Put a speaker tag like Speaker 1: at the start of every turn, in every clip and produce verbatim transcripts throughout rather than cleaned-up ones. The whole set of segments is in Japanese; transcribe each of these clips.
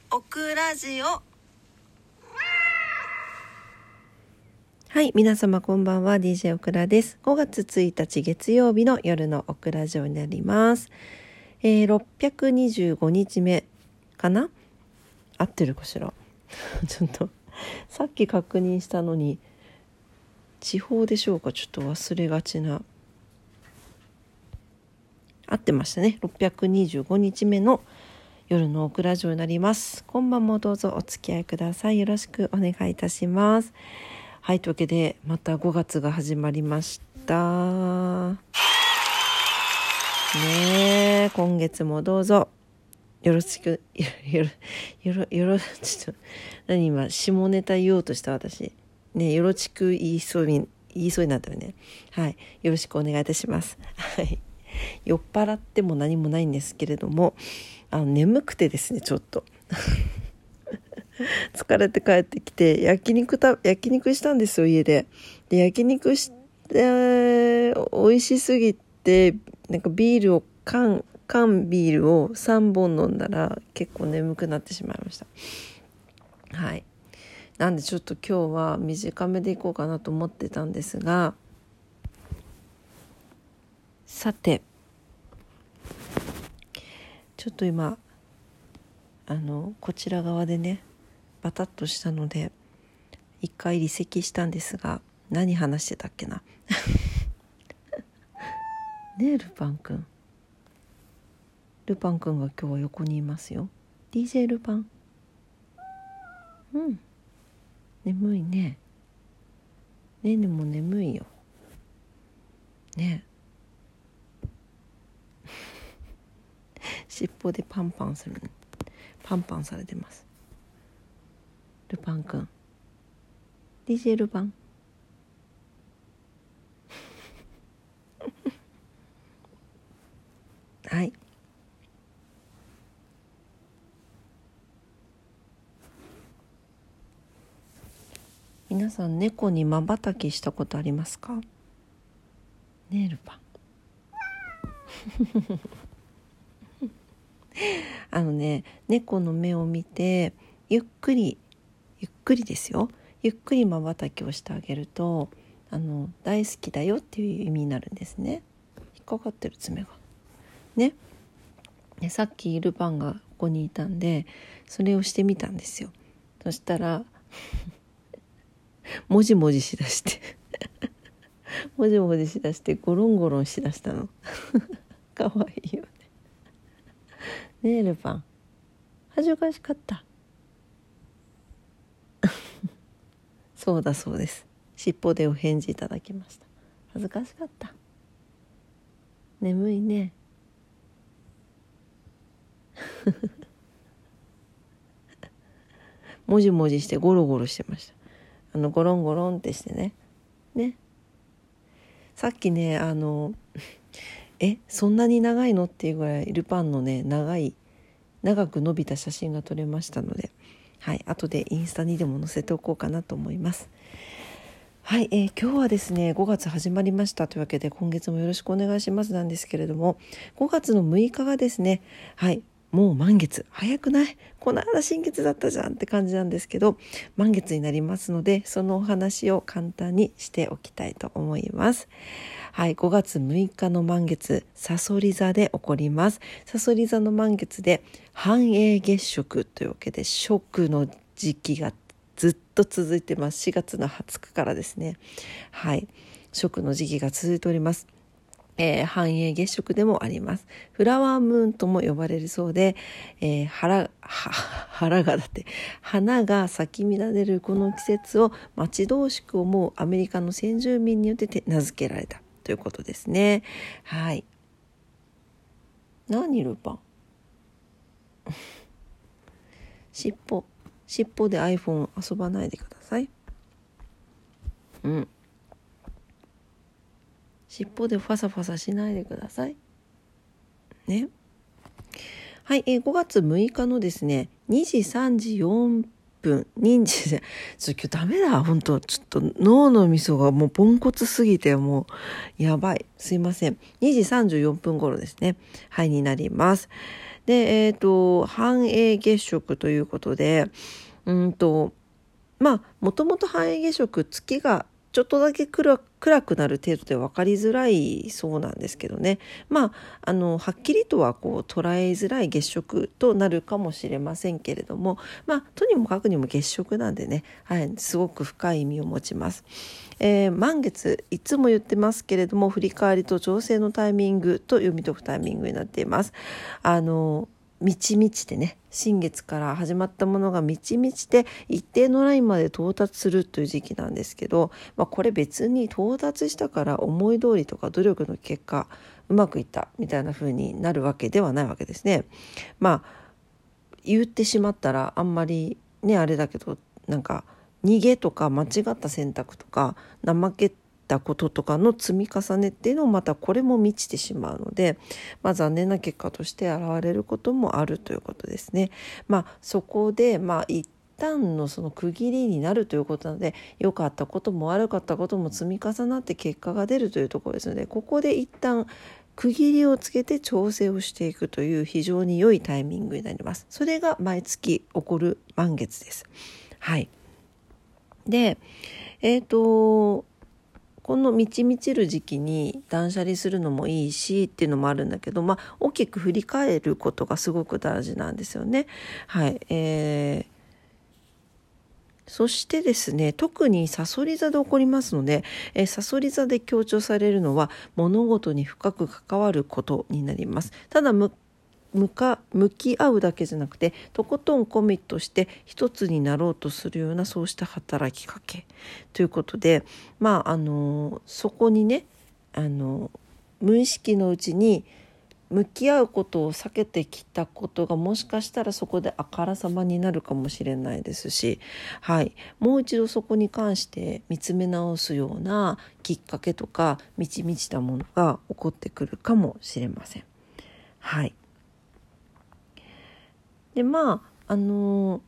Speaker 1: オクラジオ。はい、皆様こんばんは。 ディージェー オクラです。ごがつついたち月曜日の夜のオクラジオになります。えー、ろっぴゃくにじゅうごにちめかな、合ってるかしらちょっとさっき確認したのに地方でしょうか、ちょっと忘れがちな。合ってましたね。ろっぴゃくにじゅうごにちめの夜のオクラジオになります。今晩もどうぞお付き合いください。よろしくお願いいたします。はい、というわけでまたごがつが始まりましたね。え今月もどうぞよろしくよろよろよろちょっと何今下ネタ言おうとした私ね、よろしく言いそうに言いそうになったよね。はい、よろしくお願いいたします。はい、酔っ払っても何もないんですけれども、あの眠くてですね、ちょっと疲れて帰ってきて焼肉た焼肉したんですよ、家で。で焼肉して美味しすぎて、なんかビールを缶缶ビールをさんぼん飲んだら結構眠くなってしまいました。はい、なんでちょっと今日は短めでいこうかなと思ってたんですが、さてちょっと今あのこちら側でねバタッとしたので一回離席したんですが、何話してたっけなねえルパンくんルパンくんが今日は横にいますよ。 ディージェー ルパン、うん眠いね。ねえねも眠いよねえ尻尾でパンパンするパンパンされてます。ルパンくん ディージェー ルパンはい、皆さん猫にまばたきしたことありますか？ねえルパンあのね、猫の目を見てゆっくりゆっくりですよ、ゆっくりまばたきをしてあげると、あの大好きだよっていう意味になるんですね。引っかかってる爪がね。でさっきルパンがここにいたんでそれをしてみたんですよ。そしたらもじもじしだしてもじもじしだしてゴロンゴロンしだしたのかわいいよね。ねえルパン恥ずかしかったそうだそうです、尻尾でお返事いただきました。恥ずかしかった、眠いねもじもじしてゴロゴロしてました。あのゴロンゴロンってしてねね。さっきねあのえそんなに長いのっていうぐらいルパンのね長い長く伸びた写真が撮れましたので、はい、後でインスタにでも載せておこうかなと思います。はい、えー、今日はですねごがつ始まりましたというわけで、今月もよろしくお願いしますなんですけれども、ごがつのむいかがですね、はいもう満月、早くない？この間新月だったじゃんって感じなんですけど、満月になりますので、そのお話を簡単にしておきたいと思います。はい、ごがつむいかの満月、さそり座で起こります。さそり座の満月で繁栄月食というわけで、食の時期がずっと続いてます。しがつのはつかからですね。はい、食の時期が続いております。えー、繁栄月食でもあります。フラワームーンとも呼ばれるそうで、えー、腹は腹がだって花が咲き乱れるこの季節を待ち遠しく思うアメリカの先住民によって名付けられたということですね。はい。何ルパン尻尾尻尾で iPhone 遊ばないでください。うん尻尾でファサファサしないでくださいね。はい、えー、ごがつむいかのですねにじさんじよんぷん認知でちょ今日ダメだ本当ちょっと脳のみそがもうポンコツすぎてもうやばい、すいません。にじさんじゅうよんぷん頃ですね、はいになります。 で、えーと、反映月食ということで、うんとまあもともと反映月食、月がちょっとだけ暗暗くなる程度で分かりづらいそうなんですけどね。まああのはっきりとはこう捉えづらい月食となるかもしれませんけれども、まあとにもかくにも月食なんでね、はい、すごく深い意味を持ちます。えー、満月、いつも言ってますけれども、振り返りと調整のタイミングと読み解くタイミングになっています。あの満ち満ちてね、新月から始まったものが満ち満ちて一定のラインまで到達するという時期なんですけど、まあ、これ別に到達したから思い通りとか努力の結果うまくいったみたいな風になるわけではないわけですね。まあ言ってしまったらあんまりねあれだけど、なんか逃げとか間違った選択とか怠けたこととかの積み重ねっていうのをまたこれも満ちてしまうので、まあ、残念な結果として現れることもあるということですね。まあ、そこでまあ一旦のその区切りになるということなので、良かったことも悪かったことも積み重なって結果が出るというところですので、ここで一旦区切りをつけて調整をしていくという非常に良いタイミングになります。それが毎月起こる満月です。はい。で、えっとこの満ち満ちる時期に断捨離するのもいいしっていうのもあるんだけど、まあ大きく振り返ることがすごく大事なんですよね。はい、えー、そしてですね、特にさそり座で起こりますので、えー、さそり座で強調されるのは物事に深く関わることになります。ただむ向か向き合うだけじゃなくて、とことんコミットして一つになろうとするような、そうした働きかけということで、まああのそこにね、あの無意識のうちに向き合うことを避けてきたことが、もしかしたらそこであからさまになるかもしれないですし、はい、もう一度そこに関して見つめ直すようなきっかけとか満ち満ちたものが起こってくるかもしれません。はい。でまああのー、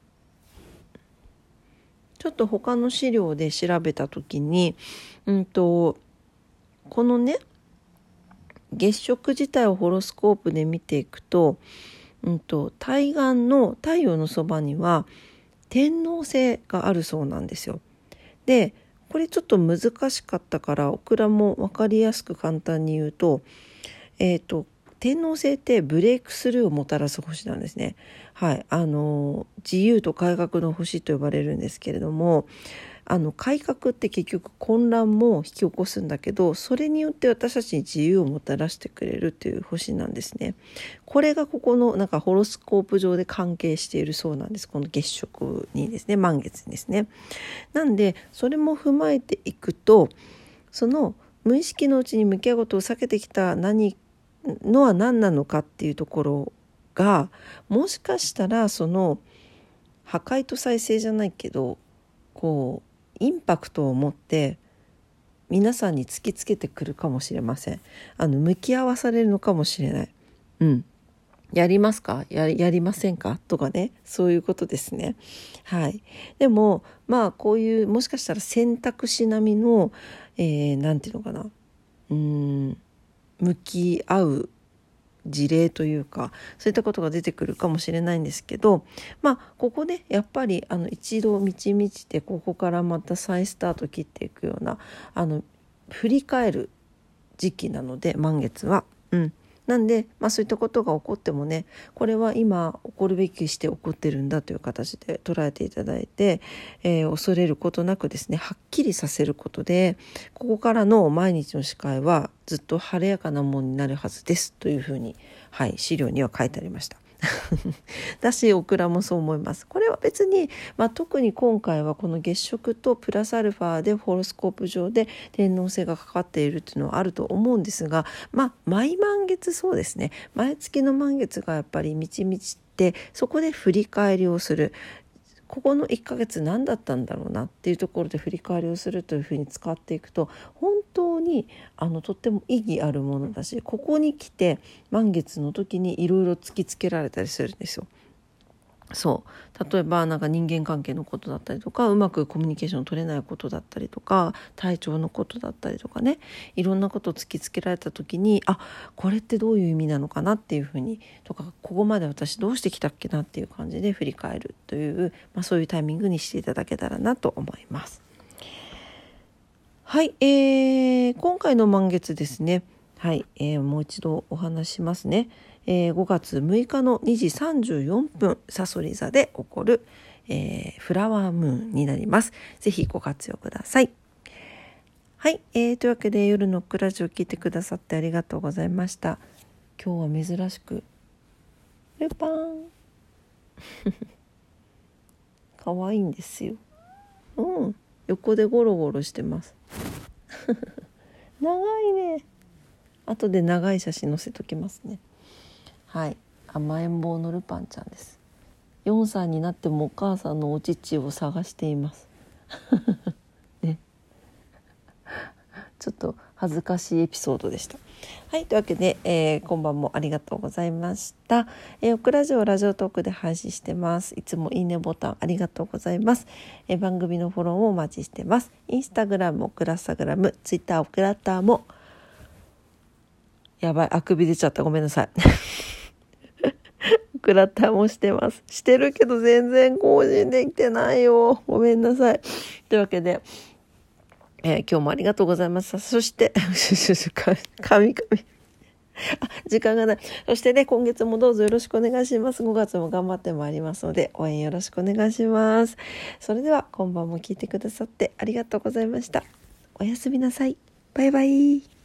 Speaker 1: ちょっと他の資料で調べた時に、うんとこのね月食自体をホロスコープで見ていくと、うんと対岸の太陽のそばには天王星があるそうなんですよ。でこれちょっと難しかったからオクラも分かりやすく簡単に言うと、えーと天王星ってブレイクスルーをもたらす星なんですね。はい、あの自由と改革の星と呼ばれるんですけれども、あの改革って結局混乱も引き起こすんだけど、それによって私たちに自由をもたらしてくれるという星なんですね。これがここのなんかホロスコープ上で関係しているそうなんです。この月食にですね、満月にですね。なんでそれも踏まえていくと、その無意識のうちに向き合うことを避けてきた何かのは何なのかっていうところが、もしかしたらその破壊と再生じゃないけど、こうインパクトを持って皆さんに突きつけてくるかもしれません。あの向き合わされるのかもしれない。うん。やりますか？や、やりませんか？とかね、そういうことですね。はい。でもまあこういうもしかしたら選択肢並みの、えー、なんていうのかな、うーん向き合う事例というか、そういったことが出てくるかもしれないんですけど、まあここでやっぱりあの一度満ち満ちて、ここからまた再スタート切っていくような、あの振り返る時期なので、満月は、うん、なんで、まあ、そういったことが起こってもね、これは今起こるべきして起こってるんだという形で捉えていただいて、えー、恐れることなくですね、はっきりさせることで、ここからの毎日の視界はずっと晴れやかなものになるはずですというふうに、はい、資料には書いてありました。だしオクラもそう思います。これは別に、まあ、特に今回はこの月食とプラスアルファでホロスコープ上で天王星がかかっているっていうのはあると思うんですが、まあ毎満月そうですね、毎月の満月がやっぱり満ち満ちて、そこで振り返りをする。ここのいっかげつ何だったんだろうなっていうところで振り返りをするというふうに使っていくと、本当にあのとっても意義あるものだし、ここに来て満月の時にいろいろ突きつけられたりするんですよ。 そう例えばなんか人間関係のことだったりとか、うまくコミュニケーション取れないことだったりとか、体調のことだったりとかね、いろんなことを突きつけられた時に、あ、これってどういう意味なのかなっていうふうにとか、ここまで私どうしてきたっけなっていう感じで振り返るという、まあ、そういうタイミングにしていただけたらなと思います。はい、えー、今回の満月ですね。はい、えー、もう一度お話しますね。えー、ごがつむいかのにじさんじゅうよんぷん、さそり座で起こる、えー、フラワームーンになります。ぜひご活用ください。はい、えー、というわけで夜のクラジオ聞いてくださってありがとうございました。今日は珍しくルパン可愛いんですよ。うん、横でゴロゴロしてます長いね。後で長い写真載せときますね。はい、甘えん坊のルパンちゃんです。よんさいになってもお母さんのお乳を探していますね、ちょっと恥ずかしいエピソードでした。はい、というわけで、えー、今晩もありがとうございました。えー、オクラジオラジオトークで配信してます。いつもいいねボタンありがとうございます。えー、番組のフォローもお待ちしてます。インスタグラム、オクラスタグラム、ツイッター、オクラターも、やばい、あくび出ちゃった、ごめんなさいオクラターもしてます。してるけど全然更新できてないよ、ごめんなさい。というわけで、えー、今日もありがとうございました。そして神々あ、時間がない。そしてね、今月もどうぞよろしくお願いします。ごがつも頑張ってまいりますので、応援よろしくお願いします。それでは今晩も聞いてくださってありがとうございました。おやすみなさい。バイバイ。